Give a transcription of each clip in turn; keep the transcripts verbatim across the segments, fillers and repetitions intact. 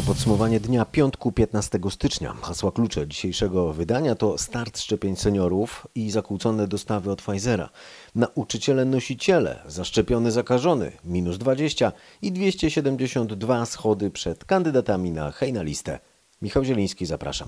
To podsumowanie dnia piątku piętnastego stycznia. Hasła klucze dzisiejszego wydania to start szczepień seniorów i zakłócone dostawy od Pfizera. Nauczyciele nosiciele, zaszczepiony zakażony, minus dwadzieścia i dwieście siedemdziesiąt dwa schody przed kandydatami na hej na listę. Michał Zieliński, zapraszam.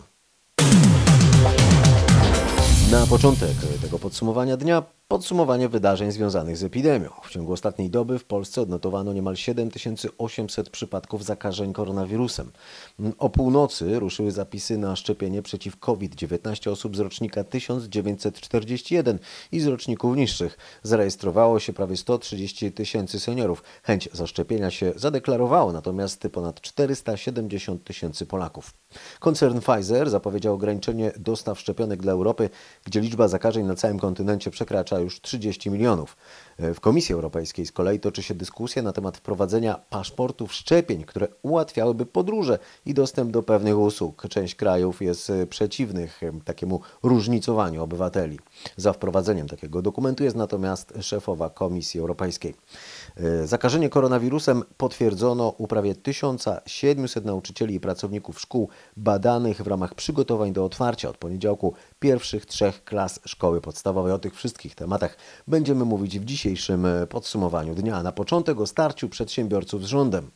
Na początek tego podsumowania dnia podsumowanie wydarzeń związanych z epidemią. W ciągu ostatniej doby w Polsce odnotowano niemal siedem tysięcy osiemset przypadków zakażeń koronawirusem. O północy ruszyły zapisy na szczepienie przeciw COVID dziewiętnaście osób z rocznika tysiąc dziewięćset czterdzieści jeden i z roczników niższych. Zarejestrowało się prawie sto trzydzieści tysięcy seniorów. Chęć zaszczepienia się zadeklarowało natomiast ponad czterysta siedemdziesiąt tysięcy Polaków. Koncern Pfizer zapowiedział ograniczenie dostaw szczepionek dla Europy, gdzie liczba zakażeń na całym kontynencie przekracza już trzydzieści milionów. W Komisji Europejskiej z kolei toczy się dyskusja na temat wprowadzenia paszportów szczepień, które ułatwiałyby podróże i dostęp do pewnych usług. Część krajów jest przeciwnych takiemu różnicowaniu obywateli. Za wprowadzeniem takiego dokumentu jest natomiast szefowa Komisji Europejskiej. Zakażenie koronawirusem potwierdzono u prawie tysiąc siedemset nauczycieli i pracowników szkół badanych w ramach przygotowań do otwarcia od poniedziałku pierwszych trzech klas szkoły podstawowej. O tych wszystkich tematach będziemy mówić w dzisiejszym podsumowaniu dnia. Na początek o starciu przedsiębiorców z rządem.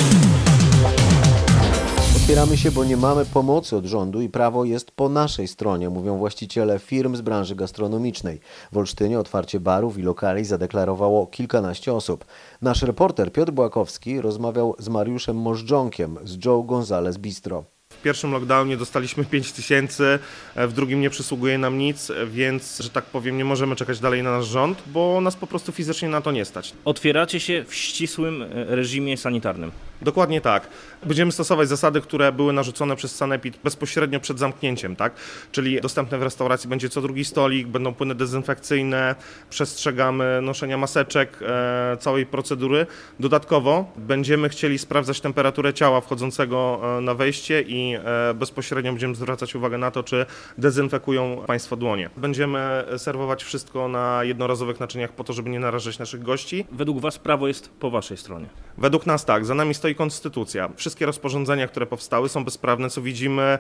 Otwieramy się, bo nie mamy pomocy od rządu i prawo jest po naszej stronie, mówią właściciele firm z branży gastronomicznej. W Olsztynie otwarcie barów i lokali zadeklarowało kilkanaście osób. Nasz reporter Piotr Błakowski rozmawiał z Mariuszem Możdżonkiem z Joe Gonzales Bistro. W pierwszym lockdownie dostaliśmy pięć tysięcy, w drugim nie przysługuje nam nic, więc, że tak powiem, nie możemy czekać dalej na nasz rząd, bo nas po prostu fizycznie na to nie stać. Otwieracie się w ścisłym reżimie sanitarnym. Dokładnie tak. Będziemy stosować zasady, które były narzucone przez Sanepid bezpośrednio przed zamknięciem, tak? Czyli dostępne w restauracji będzie co drugi stolik, będą płyny dezynfekcyjne, przestrzegamy noszenia maseczek, e, całej procedury. Dodatkowo będziemy chcieli sprawdzać temperaturę ciała wchodzącego na wejście i e, bezpośrednio będziemy zwracać uwagę na to, czy dezynfekują Państwo dłonie. Będziemy serwować wszystko na jednorazowych naczyniach po to, żeby nie narażać naszych gości. Według Was prawo jest po Waszej stronie? Według nas tak, za nami stoi konstytucja. Wszystkie rozporządzenia, które powstały, są bezprawne, co widzimy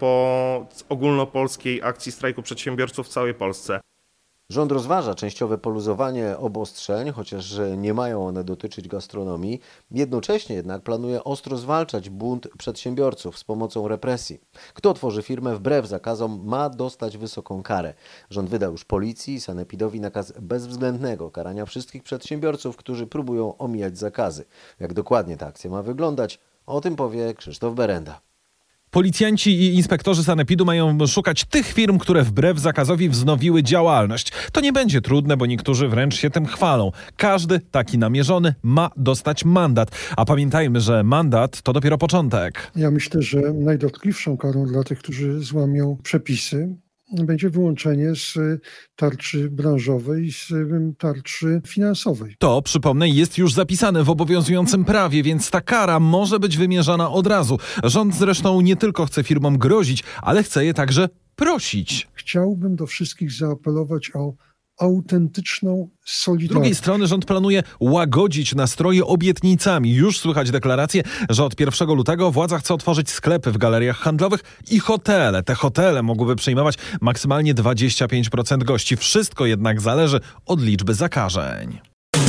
po ogólnopolskiej akcji strajku przedsiębiorców w całej Polsce. Rząd rozważa częściowe poluzowanie obostrzeń, chociaż nie mają one dotyczyć gastronomii. Jednocześnie jednak planuje ostro zwalczać bunt przedsiębiorców z pomocą represji. Kto otworzy firmę wbrew zakazom, ma dostać wysoką karę. Rząd wydał już policji i sanepidowi nakaz bezwzględnego karania wszystkich przedsiębiorców, którzy próbują omijać zakazy. Jak dokładnie ta akcja ma wyglądać, o tym powie Krzysztof Berenda. Policjanci i inspektorzy sanepidu mają szukać tych firm, które wbrew zakazowi wznowiły działalność. To nie będzie trudne, bo niektórzy wręcz się tym chwalą. Każdy taki namierzony ma dostać mandat. A pamiętajmy, że mandat to dopiero początek. Ja myślę, że najdotkliwszą karą dla tych, którzy złamią przepisy, będzie wyłączenie z tarczy branżowej i z tarczy finansowej. To, przypomnę, jest już zapisane w obowiązującym prawie, więc ta kara może być wymierzana od razu. Rząd zresztą nie tylko chce firmom grozić, ale chce je także prosić. Chciałbym do wszystkich zaapelować o autentyczną solidarność. Z drugiej strony rząd planuje łagodzić nastroje obietnicami. Już słychać deklaracje, że od pierwszego lutego władza chce otworzyć sklepy w galeriach handlowych i hotele. Te hotele mogłyby przyjmować maksymalnie dwadzieścia pięć procent gości. Wszystko jednak zależy od liczby zakażeń.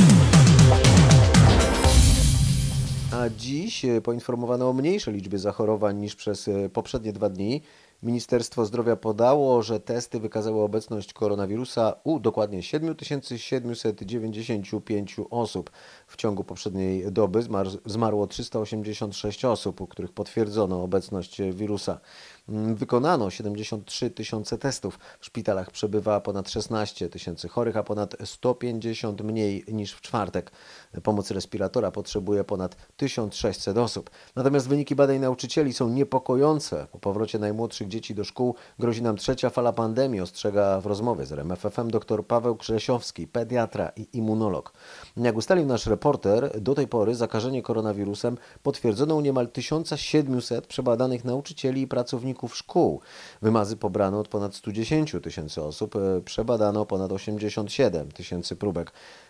A dziś poinformowano o mniejszej liczbie zachorowań niż przez poprzednie dwa dni. Ministerstwo Zdrowia podało, że testy wykazały obecność koronawirusa u dokładnie siedem tysięcy siedemset dziewięćdziesiąt pięć osób. W ciągu poprzedniej doby zmar- zmarło trzysta osiemdziesiąt sześć osób, u których potwierdzono obecność wirusa. Wykonano siedemdziesiąt trzy tysiące testów. W szpitalach przebywa ponad szesnaście tysięcy chorych, a ponad sto pięćdziesiąt mniej niż w czwartek. Pomocy respiratora potrzebuje ponad tysiąc sześćset osób. Natomiast wyniki badań nauczycieli są niepokojące. Po powrocie najmłodszych dzieci do szkół grozi nam trzecia fala pandemii, ostrzega w rozmowie z R M F F M dr Paweł Krzesiowski, pediatra i immunolog. Jak ustalił nasz reporter, do tej pory zakażenie koronawirusem potwierdzono u niemal tysiąc siedemset przebadanych nauczycieli i pracowników szkół. Wymazy pobrano od ponad sto dziesięć tysięcy osób, przebadano ponad osiemdziesiąt siedem tysięcy próbek.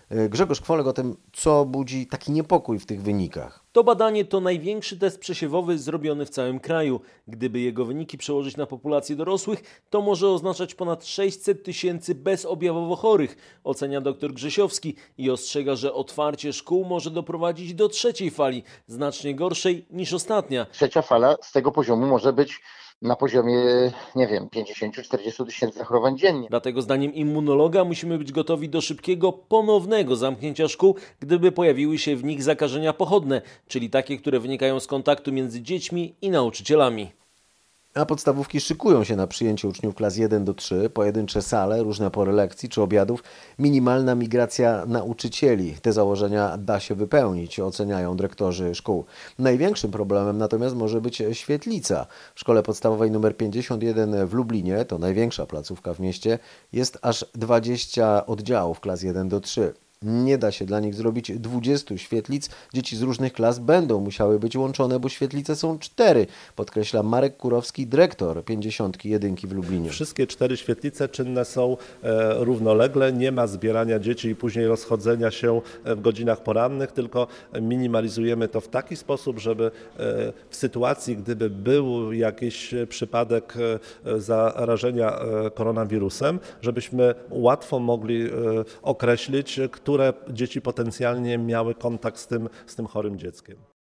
Grzegorz Kwolek o tym, co budzi taki niepokój w tych wynikach. To badanie to największy test przesiewowy zrobiony w całym kraju. Gdyby jego wyniki przełożyć na populację dorosłych, to może oznaczać ponad sześćset tysięcy bezobjawowo chorych, ocenia dr Grzesiowski i ostrzega, że otwarcie szkół może doprowadzić do trzeciej fali, znacznie gorszej niż ostatnia. Trzecia fala z tego poziomu może być na poziomie, nie wiem, pięćdziesiąt do czterdziestu tysięcy zachorowań dziennie. Dlatego zdaniem immunologa musimy być gotowi do szybkiego, ponownego zamknięcia szkół, gdyby pojawiły się w nich zakażenia pochodne, czyli takie, które wynikają z kontaktu między dziećmi i nauczycielami. A podstawówki szykują się na przyjęcie uczniów klas jeden do trzech, pojedyncze sale, różne pory lekcji czy obiadów, minimalna migracja nauczycieli. Te założenia da się wypełnić, oceniają dyrektorzy szkół. Największym problemem natomiast może być świetlica. W szkole podstawowej nr pięćdziesiąt jeden w Lublinie, to największa placówka w mieście, jest aż dwadzieścia oddziałów klas jeden do trzech. Nie da się dla nich zrobić dwudziestu świetlic. Dzieci z różnych klas będą musiały być łączone, bo świetlice są cztery, podkreśla Marek Kurowski, dyrektor pięćdziesiątki jedynki w Lublinie. Wszystkie cztery świetlice czynne są e, równolegle, nie ma zbierania dzieci i później rozchodzenia się w godzinach porannych, tylko minimalizujemy to w taki sposób, żeby e, w sytuacji, gdyby był jakiś przypadek e, zarażenia e, koronawirusem, żebyśmy łatwo mogli e, określić, które dzieci potencjalnie miały kontakt z tym, z tym chorym dzieckiem.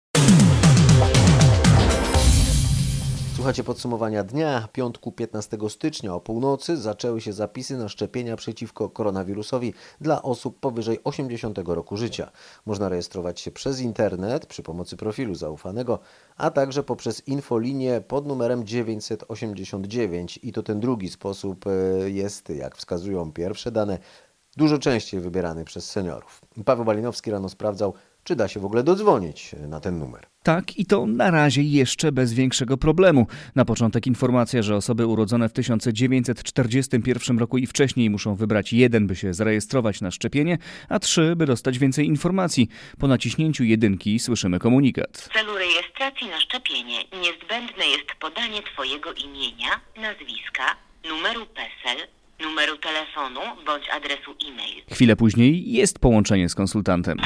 Słuchajcie podsumowania dnia. Piątku piętnastego stycznia o północy zaczęły się zapisy na szczepienia przeciwko koronawirusowi dla osób powyżej osiemdziesiątego roku życia. Można rejestrować się przez internet przy pomocy profilu zaufanego, a także poprzez infolinię pod numerem dziewięćset osiemdziesiąt dziewięć i to ten drugi sposób jest, jak wskazują pierwsze dane, dużo częściej wybierany przez seniorów. Paweł Balinowski rano sprawdzał, czy da się w ogóle dodzwonić na ten numer. Tak, i to na razie jeszcze bez większego problemu. Na początek informacja, że osoby urodzone w tysiąc dziewięćset czterdziestym pierwszym roku i wcześniej muszą wybrać jeden, by się zarejestrować na szczepienie, a trzy, by dostać więcej informacji. Po naciśnięciu jedynki słyszymy komunikat. W celu rejestracji na szczepienie niezbędne jest podanie Twojego imienia, nazwiska, numeru PESEL, numeru telefonu bądź adresu e-mail. Chwilę później jest połączenie z konsultantem.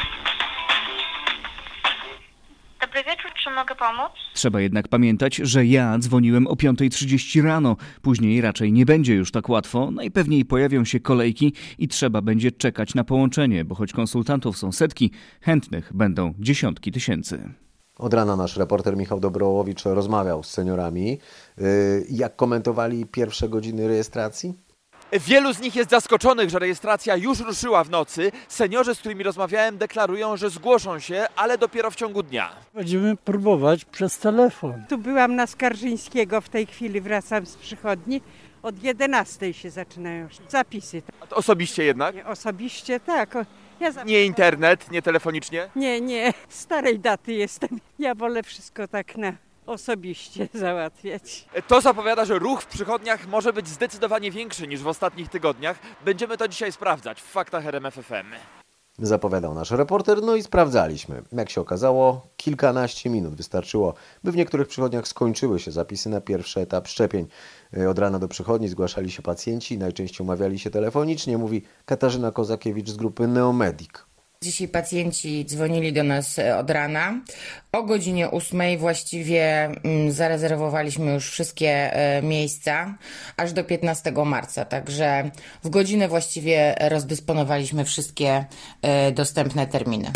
Dobry wieczór, czy mogę pomóc? Trzeba jednak pamiętać, że ja dzwoniłem o piąta trzydzieści rano. Później raczej nie będzie już tak łatwo. Najpewniej pojawią się kolejki i trzeba będzie czekać na połączenie, bo choć konsultantów są setki, chętnych będą dziesiątki tysięcy. Od rana nasz reporter Michał Dobrołowicz rozmawiał z seniorami. Jak komentowali pierwsze godziny rejestracji? Wielu z nich jest zaskoczonych, że rejestracja już ruszyła w nocy. Seniorzy, z którymi rozmawiałem, deklarują, że zgłoszą się, ale dopiero w ciągu dnia. Będziemy próbować przez telefon. Tu byłam na Skarżyńskiego, w tej chwili wracam z przychodni. Od jedenastej się zaczynają zapisy. A to osobiście jednak? Nie, osobiście tak. Ja za... Nie internet, nie telefonicznie? Nie, nie. Starej daty jestem. Ja wolę wszystko tak na osobiście załatwiać. To zapowiada, że ruch w przychodniach może być zdecydowanie większy niż w ostatnich tygodniach. Będziemy to dzisiaj sprawdzać w Faktach R M F F M. Zapowiadał nasz reporter, no i sprawdzaliśmy. Jak się okazało, kilkanaście minut wystarczyło, by w niektórych przychodniach skończyły się zapisy na pierwszy etap szczepień. Od rana do przychodni zgłaszali się pacjenci, najczęściej umawiali się telefonicznie, mówi Katarzyna Kozakiewicz z grupy Neomedic. Dzisiaj pacjenci dzwonili do nas od rana. O godzinie ósmej właściwie zarezerwowaliśmy już wszystkie miejsca, aż do piętnastego marca. Także w godzinę właściwie rozdysponowaliśmy wszystkie dostępne terminy.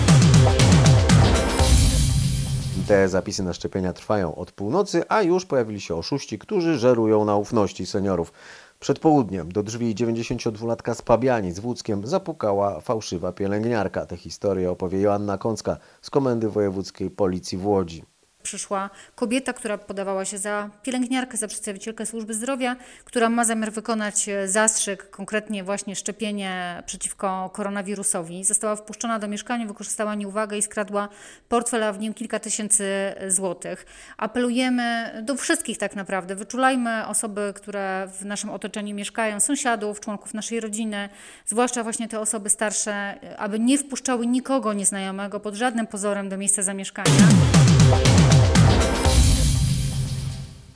Te zapisy na szczepienia trwają od północy, a już pojawili się oszuści, którzy żerują na ufności seniorów. Przed południem do drzwi dziewięćdziesięciodwulatka z Pabianic w Łódzkiem zapukała fałszywa pielęgniarka. Tę historię opowie Joanna Kącka z Komendy Wojewódzkiej Policji w Łodzi. Przyszła kobieta, która podawała się za pielęgniarkę, za przedstawicielkę służby zdrowia, która ma zamiar wykonać zastrzyk, konkretnie właśnie szczepienie przeciwko koronawirusowi. Została wpuszczona do mieszkania, wykorzystała nieuwagę i skradła portfel, a w nim kilka tysięcy złotych. Apelujemy do wszystkich tak naprawdę, wyczulajmy osoby, które w naszym otoczeniu mieszkają, sąsiadów, członków naszej rodziny, zwłaszcza właśnie te osoby starsze, aby nie wpuszczały nikogo nieznajomego pod żadnym pozorem do miejsca zamieszkania. W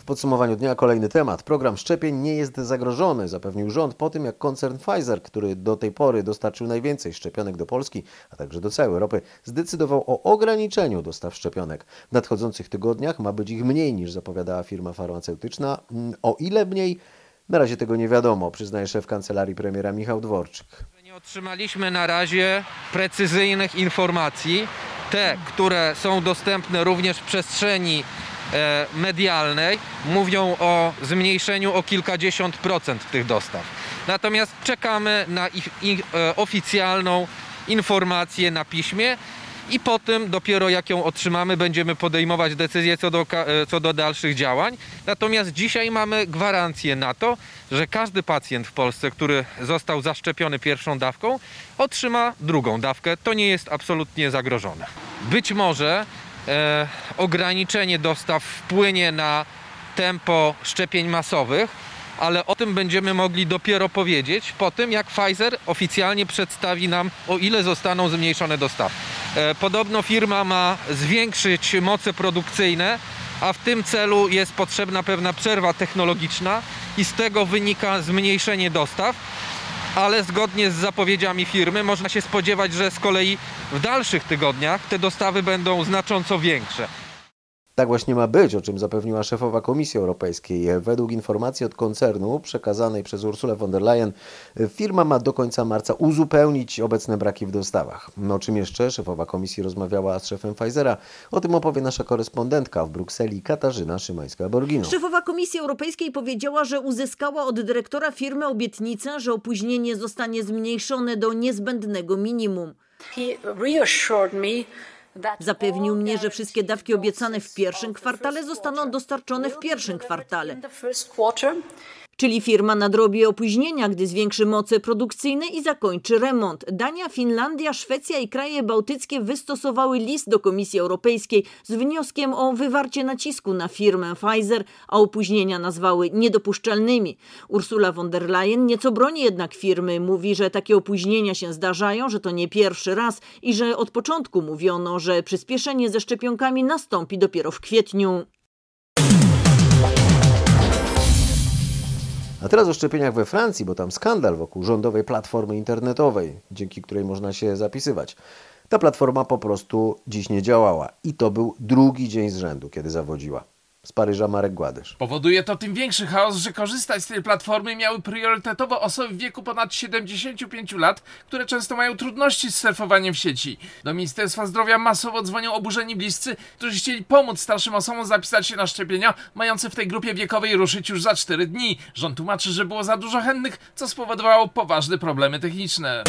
podsumowaniu dnia kolejny temat. Program szczepień nie jest zagrożony, zapewnił rząd po tym, jak koncern Pfizer, który do tej pory dostarczył najwięcej szczepionek do Polski, a także do całej Europy, zdecydował o ograniczeniu dostaw szczepionek. W nadchodzących tygodniach ma być ich mniej niż zapowiadała firma farmaceutyczna. O ile mniej? Na razie tego nie wiadomo, przyznaje szef kancelarii premiera Michał Dworczyk. Nie otrzymaliśmy na razie precyzyjnych informacji. Te, które są dostępne również w przestrzeni e, medialnej, mówią o zmniejszeniu o kilkadziesiąt procent tych dostaw. Natomiast czekamy na ich, ich e, oficjalną informację na piśmie i po tym dopiero jak ją otrzymamy, będziemy podejmować decyzje co do, co do dalszych działań. Natomiast dzisiaj mamy gwarancję na to, że każdy pacjent w Polsce, który został zaszczepiony pierwszą dawką, otrzyma drugą dawkę. To nie jest absolutnie zagrożone. Być może e, ograniczenie dostaw wpłynie na tempo szczepień masowych, ale o tym będziemy mogli dopiero powiedzieć po tym, jak Pfizer oficjalnie przedstawi nam, o ile zostaną zmniejszone dostawy. Podobno firma ma zwiększyć moce produkcyjne, a w tym celu jest potrzebna pewna przerwa technologiczna i z tego wynika zmniejszenie dostaw, ale zgodnie z zapowiedziami firmy można się spodziewać, że z kolei w dalszych tygodniach te dostawy będą znacząco większe. Tak właśnie ma być, o czym zapewniła szefowa Komisji Europejskiej. Według informacji od koncernu przekazanej przez Ursulę von der Leyen, firma ma do końca marca uzupełnić obecne braki w dostawach. O czym jeszcze szefowa Komisji rozmawiała z szefem Pfizera? O tym opowie nasza korespondentka w Brukseli Katarzyna Szymańska-Borgino. Szefowa Komisji Europejskiej powiedziała, że uzyskała od dyrektora firmy obietnicę, że opóźnienie zostanie zmniejszone do niezbędnego minimum. He reassured me. Zapewnił mnie, że wszystkie dawki obiecane w pierwszym kwartale zostaną dostarczone w pierwszym kwartale. Czyli firma nadrobi opóźnienia, gdy zwiększy moce produkcyjne i zakończy remont. Dania, Finlandia, Szwecja i kraje bałtyckie wystosowały list do Komisji Europejskiej z wnioskiem o wywarcie nacisku na firmę Pfizer, a opóźnienia nazwały niedopuszczalnymi. Ursula von der Leyen nieco broni jednak firmy. Mówi, że takie opóźnienia się zdarzają, że to nie pierwszy raz i że od początku mówiono, że przyspieszenie ze szczepionkami nastąpi dopiero w kwietniu. A teraz o szczepieniach we Francji, bo tam skandal wokół rządowej platformy internetowej, dzięki której można się zapisywać. Ta platforma po prostu dziś nie działała i to był drugi dzień z rzędu, kiedy zawodziła. Z Paryża Marek Gładysz. Powoduje to tym większy chaos, że korzystać z tej platformy miały priorytetowo osoby w wieku ponad siedemdziesięciu pięciu lat, które często mają trudności z surfowaniem w sieci. Do Ministerstwa Zdrowia masowo dzwonią oburzeni bliscy, którzy chcieli pomóc starszym osobom zapisać się na szczepienia, mające w tej grupie wiekowej ruszyć już za cztery dni. Rząd tłumaczy, że było za dużo chętnych, co spowodowało poważne problemy techniczne.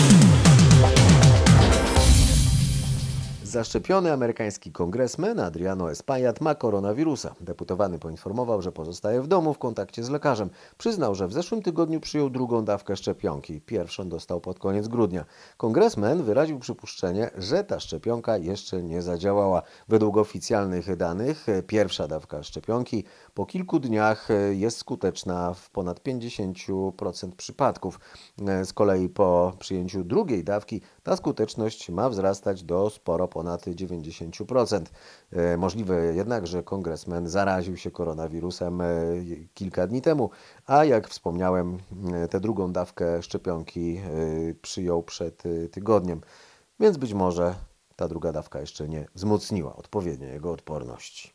Zaszczepiony amerykański kongresmen Adriano Espaillat ma koronawirusa. Deputowany poinformował, że pozostaje w domu w kontakcie z lekarzem. Przyznał, że w zeszłym tygodniu przyjął drugą dawkę szczepionki. Pierwszą dostał pod koniec grudnia. Kongresmen wyraził przypuszczenie, że ta szczepionka jeszcze nie zadziałała. Według oficjalnych danych pierwsza dawka szczepionki po kilku dniach jest skuteczna w ponad pięćdziesięciu procentach przypadków. Z kolei po przyjęciu drugiej dawki ta skuteczność ma wzrastać do sporo ponad dziewięćdziesięciu procent. Możliwe jednak, że kongresmen zaraził się koronawirusem kilka dni temu, a jak wspomniałem, tę drugą dawkę szczepionki przyjął przed tygodniem, więc być może ta druga dawka jeszcze nie wzmocniła odpowiednio jego odporności.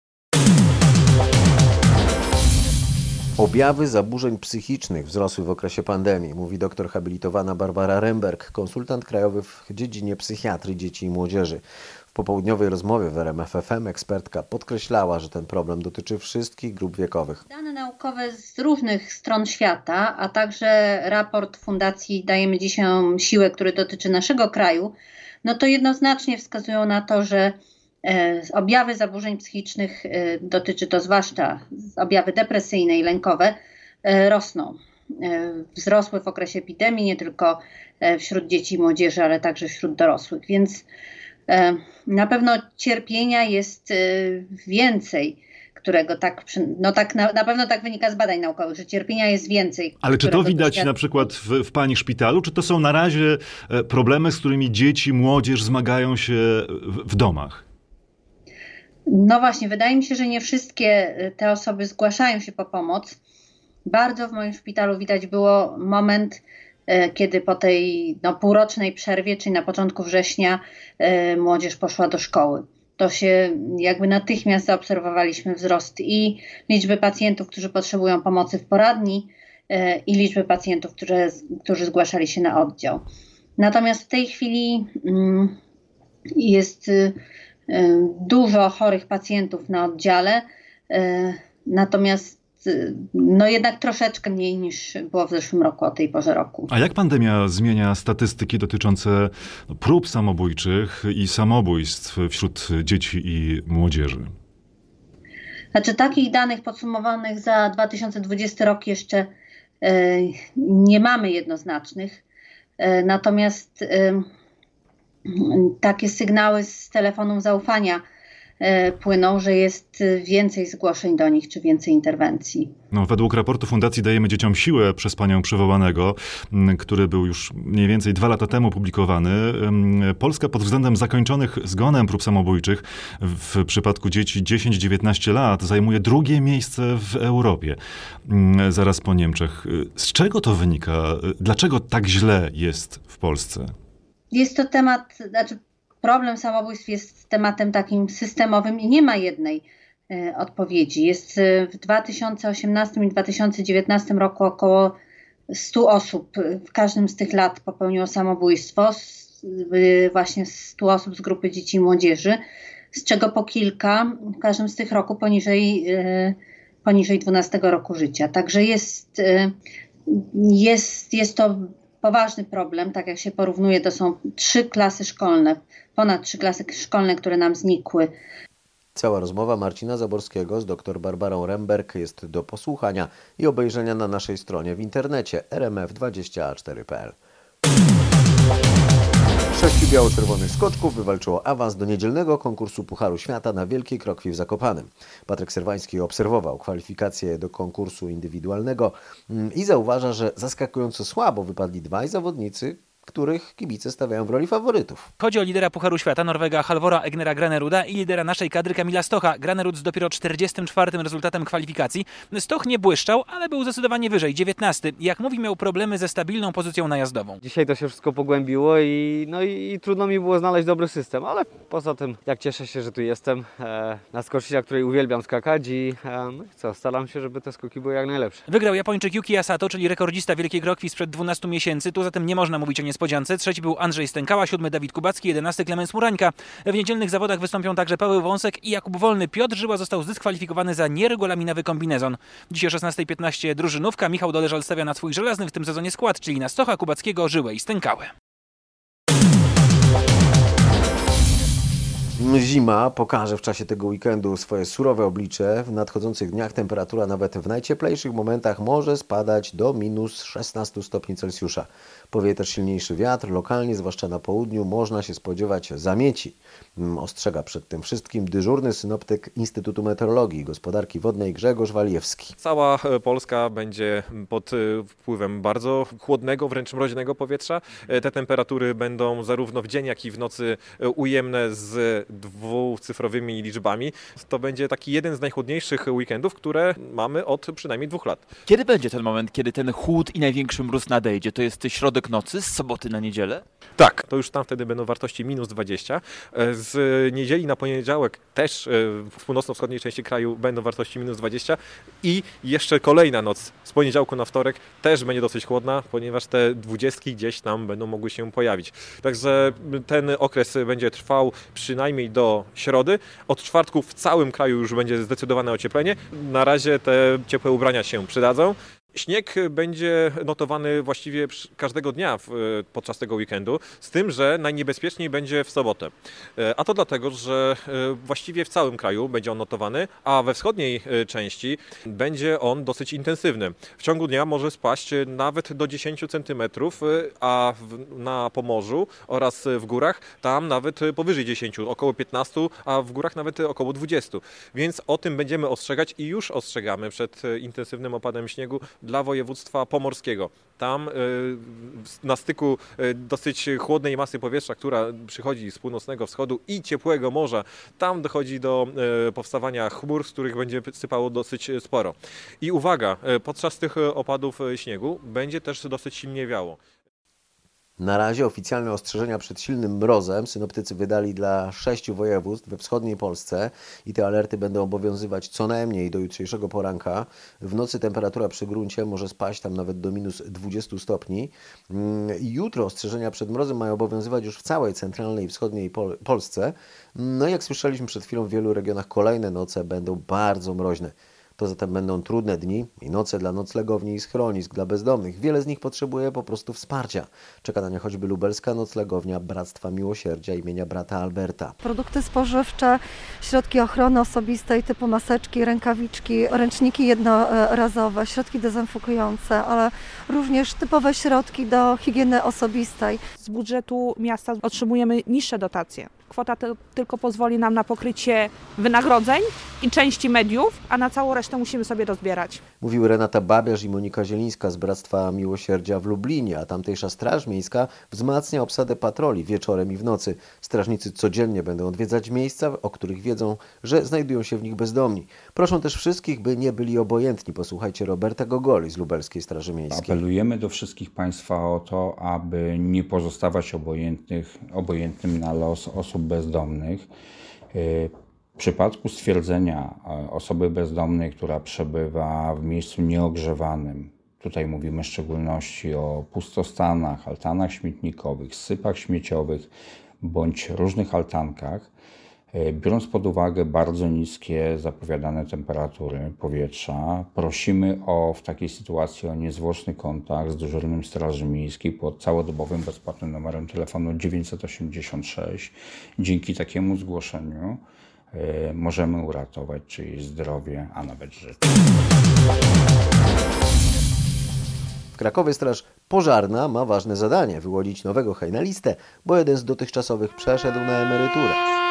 Objawy zaburzeń psychicznych wzrosły w okresie pandemii, mówi doktor habilitowana Barbara Remberg, konsultant krajowy w dziedzinie psychiatrii dzieci i młodzieży. W popołudniowej rozmowie w R M F F M ekspertka podkreślała, że ten problem dotyczy wszystkich grup wiekowych. Dane naukowe z różnych stron świata, a także raport Fundacji Dajemy Dzisiaj Siłę, który dotyczy naszego kraju, no to jednoznacznie wskazują na to, że objawy zaburzeń psychicznych, dotyczy to zwłaszcza objawy depresyjne i lękowe, rosną. Wzrosły w okresie epidemii nie tylko wśród dzieci i młodzieży, ale także wśród dorosłych. Więc na pewno cierpienia jest więcej, którego tak, no tak na, na pewno tak wynika z badań naukowych, że cierpienia jest więcej. Ale czy to widać na przykład w, w Pani szpitalu? Czy to są na razie problemy, z którymi dzieci, młodzież zmagają się w, w domach? No właśnie, wydaje mi się, że nie wszystkie te osoby zgłaszają się po pomoc. Bardzo w moim szpitalu widać było moment, kiedy po tej no, półrocznej przerwie, czyli na początku września, młodzież poszła do szkoły. To się jakby natychmiast zaobserwowaliśmy wzrost i liczby pacjentów, którzy potrzebują pomocy w poradni, i liczby pacjentów, którzy, którzy zgłaszali się na oddział. Natomiast w tej chwili jest dużo chorych pacjentów na oddziale, natomiast no jednak troszeczkę mniej niż było w zeszłym roku o tej porze roku. A jak pandemia zmienia statystyki dotyczące prób samobójczych i samobójstw wśród dzieci i młodzieży? Znaczy takich danych podsumowanych za dwa tysiące dwudziesty rok jeszcze nie mamy jednoznacznych, natomiast takie sygnały z telefonów zaufania płyną, że jest więcej zgłoszeń do nich, czy więcej interwencji. No, według raportu Fundacji Dajemy Dzieciom Siłę przez panią przywołanego, który był już mniej więcej dwa lata temu publikowany, Polska pod względem zakończonych zgonem prób samobójczych w przypadku dzieci dziesięć do dziewiętnastu lat zajmuje drugie miejsce w Europie, zaraz po Niemczech. Z czego to wynika? Dlaczego tak źle jest w Polsce? Jest to temat, znaczy problem samobójstw jest tematem takim systemowym i nie ma jednej y, odpowiedzi. Jest y, w dwa tysiące osiemnastym i dwa tysiące dziewiętnastym roku około stu osób w każdym z tych lat popełniło samobójstwo, z, y, właśnie stu osób z grupy dzieci i młodzieży, z czego po kilka w każdym z tych roku poniżej, y, poniżej dwunastego roku życia. Także jest, y, jest, jest to poważny problem, tak jak się porównuje, to są trzy klasy szkolne, ponad trzy klasy szkolne, które nam znikły. Cała rozmowa Marcina Zaborskiego z dr Barbarą Remberg jest do posłuchania i obejrzenia na naszej stronie w internecie r m f dwadzieścia cztery kropka p l. Sześciu biało-czerwonych skoczków wywalczyło awans do niedzielnego konkursu Pucharu Świata na Wielkiej Krokwi w Zakopanem. Patryk Serwański obserwował kwalifikacje do konkursu indywidualnego i zauważa, że zaskakująco słabo wypadli dwaj zawodnicy, których kibice stawiają w roli faworytów. Chodzi o lidera Pucharu Świata, Norwega Halvora Egnera Graneruda i lidera naszej kadry Kamila Stocha. Granerud z dopiero czterdziestym czwartym rezultatem kwalifikacji. Stoch nie błyszczał, ale był zdecydowanie wyżej, dziewiętnasty. Jak mówi, miał problemy ze stabilną pozycją najazdową. Dzisiaj to się wszystko pogłębiło i, no i, i trudno mi było znaleźć dobry system, ale poza tym jak cieszę się, że tu jestem e, na skoczni, na której uwielbiam skakać i e, no co, staram się, żeby te skoki były jak najlepsze. Wygrał Japończyk Yuki Asato, czyli rekordzista Wielkiej Krokwi sprzed dwunastu miesięcy. Tu zatem nie można mówić o niespodziance. Trzeci był Andrzej Stękała, siódmy Dawid Kubacki, jedenasty Klemens Murańka. W niedzielnych zawodach wystąpią także Paweł Wąsek i Jakub Wolny. Piotr Żyła został zdyskwalifikowany za nieregulaminowy kombinezon. Dziś o szesnastej piętnaście drużynówka. Michał Doleżal stawia na swój żelazny w tym sezonie skład, czyli na Stocha, Kubackiego, Żyłę i Stękałę. Zima pokaże w czasie tego weekendu swoje surowe oblicze. W nadchodzących dniach temperatura nawet w najcieplejszych momentach może spadać do minus szesnastu stopni Celsjusza. Powieje też silniejszy wiatr. Lokalnie, zwłaszcza na południu, można się spodziewać zamieci. Ostrzega przed tym wszystkim dyżurny synoptyk Instytutu Meteorologii i Gospodarki Wodnej Grzegorz Walijewski. Cała Polska będzie pod wpływem bardzo chłodnego, wręcz mroźnego powietrza. Te temperatury będą zarówno w dzień, jak i w nocy ujemne z dwucyfrowymi liczbami. To będzie taki jeden z najchłodniejszych weekendów, które mamy od przynajmniej dwóch lat. Kiedy będzie ten moment, kiedy ten chłód i największy mróz nadejdzie? To jest środek nocy, z soboty na niedzielę? Tak, to już tam wtedy będą wartości minus dwadzieścia. Z niedzieli na poniedziałek też w północno-wschodniej części kraju będą wartości minus dwadzieścia i jeszcze kolejna noc z poniedziałku na wtorek też będzie dosyć chłodna, ponieważ te dwudziestki gdzieś tam będą mogły się pojawić. Także ten okres będzie trwał przynajmniej do środy. Od czwartku w całym kraju już będzie zdecydowane ocieplenie. Na razie te ciepłe ubrania się przydadzą. Śnieg będzie notowany właściwie każdego dnia podczas tego weekendu, z tym, że najniebezpieczniej będzie w sobotę. A to dlatego, że właściwie w całym kraju będzie on notowany, a we wschodniej części będzie on dosyć intensywny. W ciągu dnia może spaść nawet do dziesięciu centymetrów, a na Pomorzu oraz w górach tam nawet powyżej dziesięciu, około piętnastu, a w górach nawet około dwudziestu. Więc o tym będziemy ostrzegać i już ostrzegamy przed intensywnym opadem śniegu, dla województwa pomorskiego. Tam na styku dosyć chłodnej masy powietrza, która przychodzi z północnego wschodu i ciepłego morza, tam dochodzi do powstawania chmur, z których będzie sypało dosyć sporo. I uwaga, podczas tych opadów śniegu będzie też dosyć silnie wiało. Na razie oficjalne ostrzeżenia przed silnym mrozem synoptycy wydali dla sześciu województw we wschodniej Polsce i te alerty będą obowiązywać co najmniej do jutrzejszego poranka. W nocy temperatura przy gruncie może spaść tam nawet do minus dwudziestu stopni. Jutro ostrzeżenia przed mrozem mają obowiązywać już w całej centralnej i wschodniej Pol- Polsce. No i jak słyszeliśmy przed chwilą, w wielu regionach kolejne noce będą bardzo mroźne. To zatem będą trudne dni i noce dla noclegowni i schronisk dla bezdomnych. Wiele z nich potrzebuje po prostu wsparcia. Czeka na nie choćby lubelska noclegownia Bractwa Miłosierdzia imienia brata Alberta. Produkty spożywcze, środki ochrony osobistej typu maseczki, rękawiczki, ręczniki jednorazowe, środki dezynfekujące, ale również typowe środki do higieny osobistej. Z budżetu miasta otrzymujemy niższe dotacje. Kwota to tylko pozwoli nam na pokrycie wynagrodzeń i części mediów, a na całą resztę musimy sobie rozbierać. Mówiły Renata Babiarz i Monika Zielińska z Bractwa Miłosierdzia w Lublinie, a tamtejsza Straż Miejska wzmacnia obsadę patroli wieczorem i w nocy. Strażnicy codziennie będą odwiedzać miejsca, o których wiedzą, że znajdują się w nich bezdomni. Proszą też wszystkich, by nie byli obojętni. Posłuchajcie Roberta Gogoli z Lubelskiej Straży Miejskiej. Apelujemy do wszystkich Państwa o to, aby nie pozostawać obojętnych, obojętnym na los osób bezdomnych. W przypadku stwierdzenia osoby bezdomnej, która przebywa w miejscu nieogrzewanym, tutaj mówimy w szczególności o pustostanach, altanach śmietnikowych, sypach śmieciowych bądź różnych altankach, biorąc pod uwagę bardzo niskie zapowiadane temperatury powietrza, prosimy o w takiej sytuacji o niezwłoczny kontakt z dyżurnym Straży Miejskiej pod całodobowym bezpłatnym numerem telefonu dziewięćset osiemdziesiąt sześć. Dzięki takiemu zgłoszeniu y, możemy uratować czyjeś zdrowie, a nawet życie. W Krakowie Straż Pożarna ma ważne zadanie – wyłonić nowego hejnalistę, bo jeden z dotychczasowych przeszedł na emeryturę.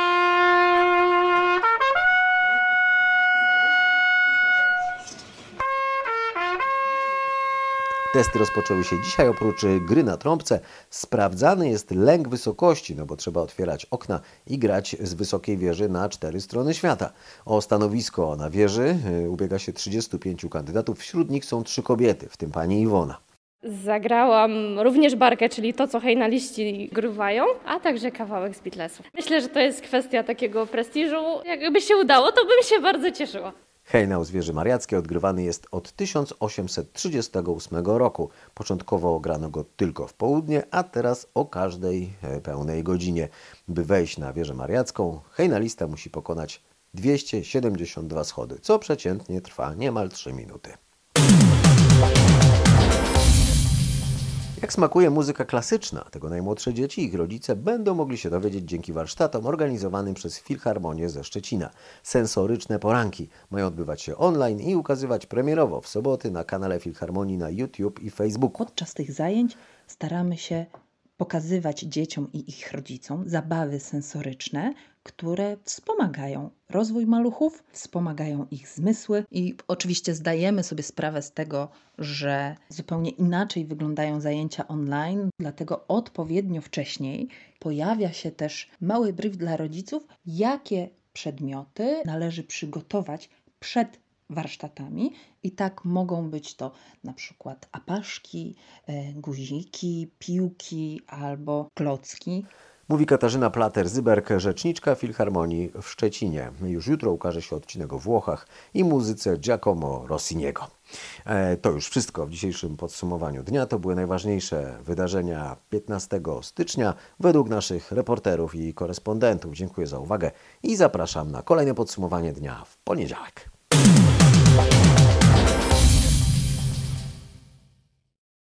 Testy rozpoczęły się dzisiaj. Oprócz gry na trąbce sprawdzany jest lęk wysokości, no bo trzeba otwierać okna i grać z wysokiej wieży na cztery strony świata. O stanowisko na wieży ubiega się trzydziestu pięciu kandydatów. Wśród nich są trzy kobiety, w tym pani Iwona. Zagrałam również barkę, czyli to, co hejnaliści grywają, a także kawałek z Beatlesów. Myślę, że to jest kwestia takiego prestiżu. Jakby się udało, to bym się bardzo cieszyła. Hejnał z wieży mariackiej odgrywany jest od tysiąc osiemset trzydziestego ósmego roku. Początkowo grano go tylko w południe, a teraz o każdej pełnej godzinie. By wejść na wieżę mariacką, hejnalista musi pokonać dwieście siedemdziesiąt dwa schody, co przeciętnie trwa niemal trzy minuty. Jak smakuje muzyka klasyczna, tego najmłodsze dzieci i ich rodzice będą mogli się dowiedzieć dzięki warsztatom organizowanym przez Filharmonię ze Szczecina. Sensoryczne poranki mają odbywać się online i ukazywać premierowo w soboty na kanale Filharmonii na YouTube i Facebooku. Podczas tych zajęć staramy się pokazywać dzieciom i ich rodzicom zabawy sensoryczne, które wspomagają rozwój maluchów, wspomagają ich zmysły i oczywiście zdajemy sobie sprawę z tego, że zupełnie inaczej wyglądają zajęcia online, dlatego odpowiednio wcześniej pojawia się też mały brief dla rodziców, jakie przedmioty należy przygotować przed warsztatami i tak mogą być to na przykład apaszki, guziki, piłki albo klocki. Mówi Katarzyna Plater-Zyberk, rzeczniczka Filharmonii w Szczecinie. Już jutro ukaże się odcinek o Włochach i muzyce Giacomo Rossiniego. E, to już wszystko w dzisiejszym podsumowaniu dnia. To były najważniejsze wydarzenia piętnastego stycznia według naszych reporterów i korespondentów. Dziękuję za uwagę i zapraszam na kolejne podsumowanie dnia w poniedziałek.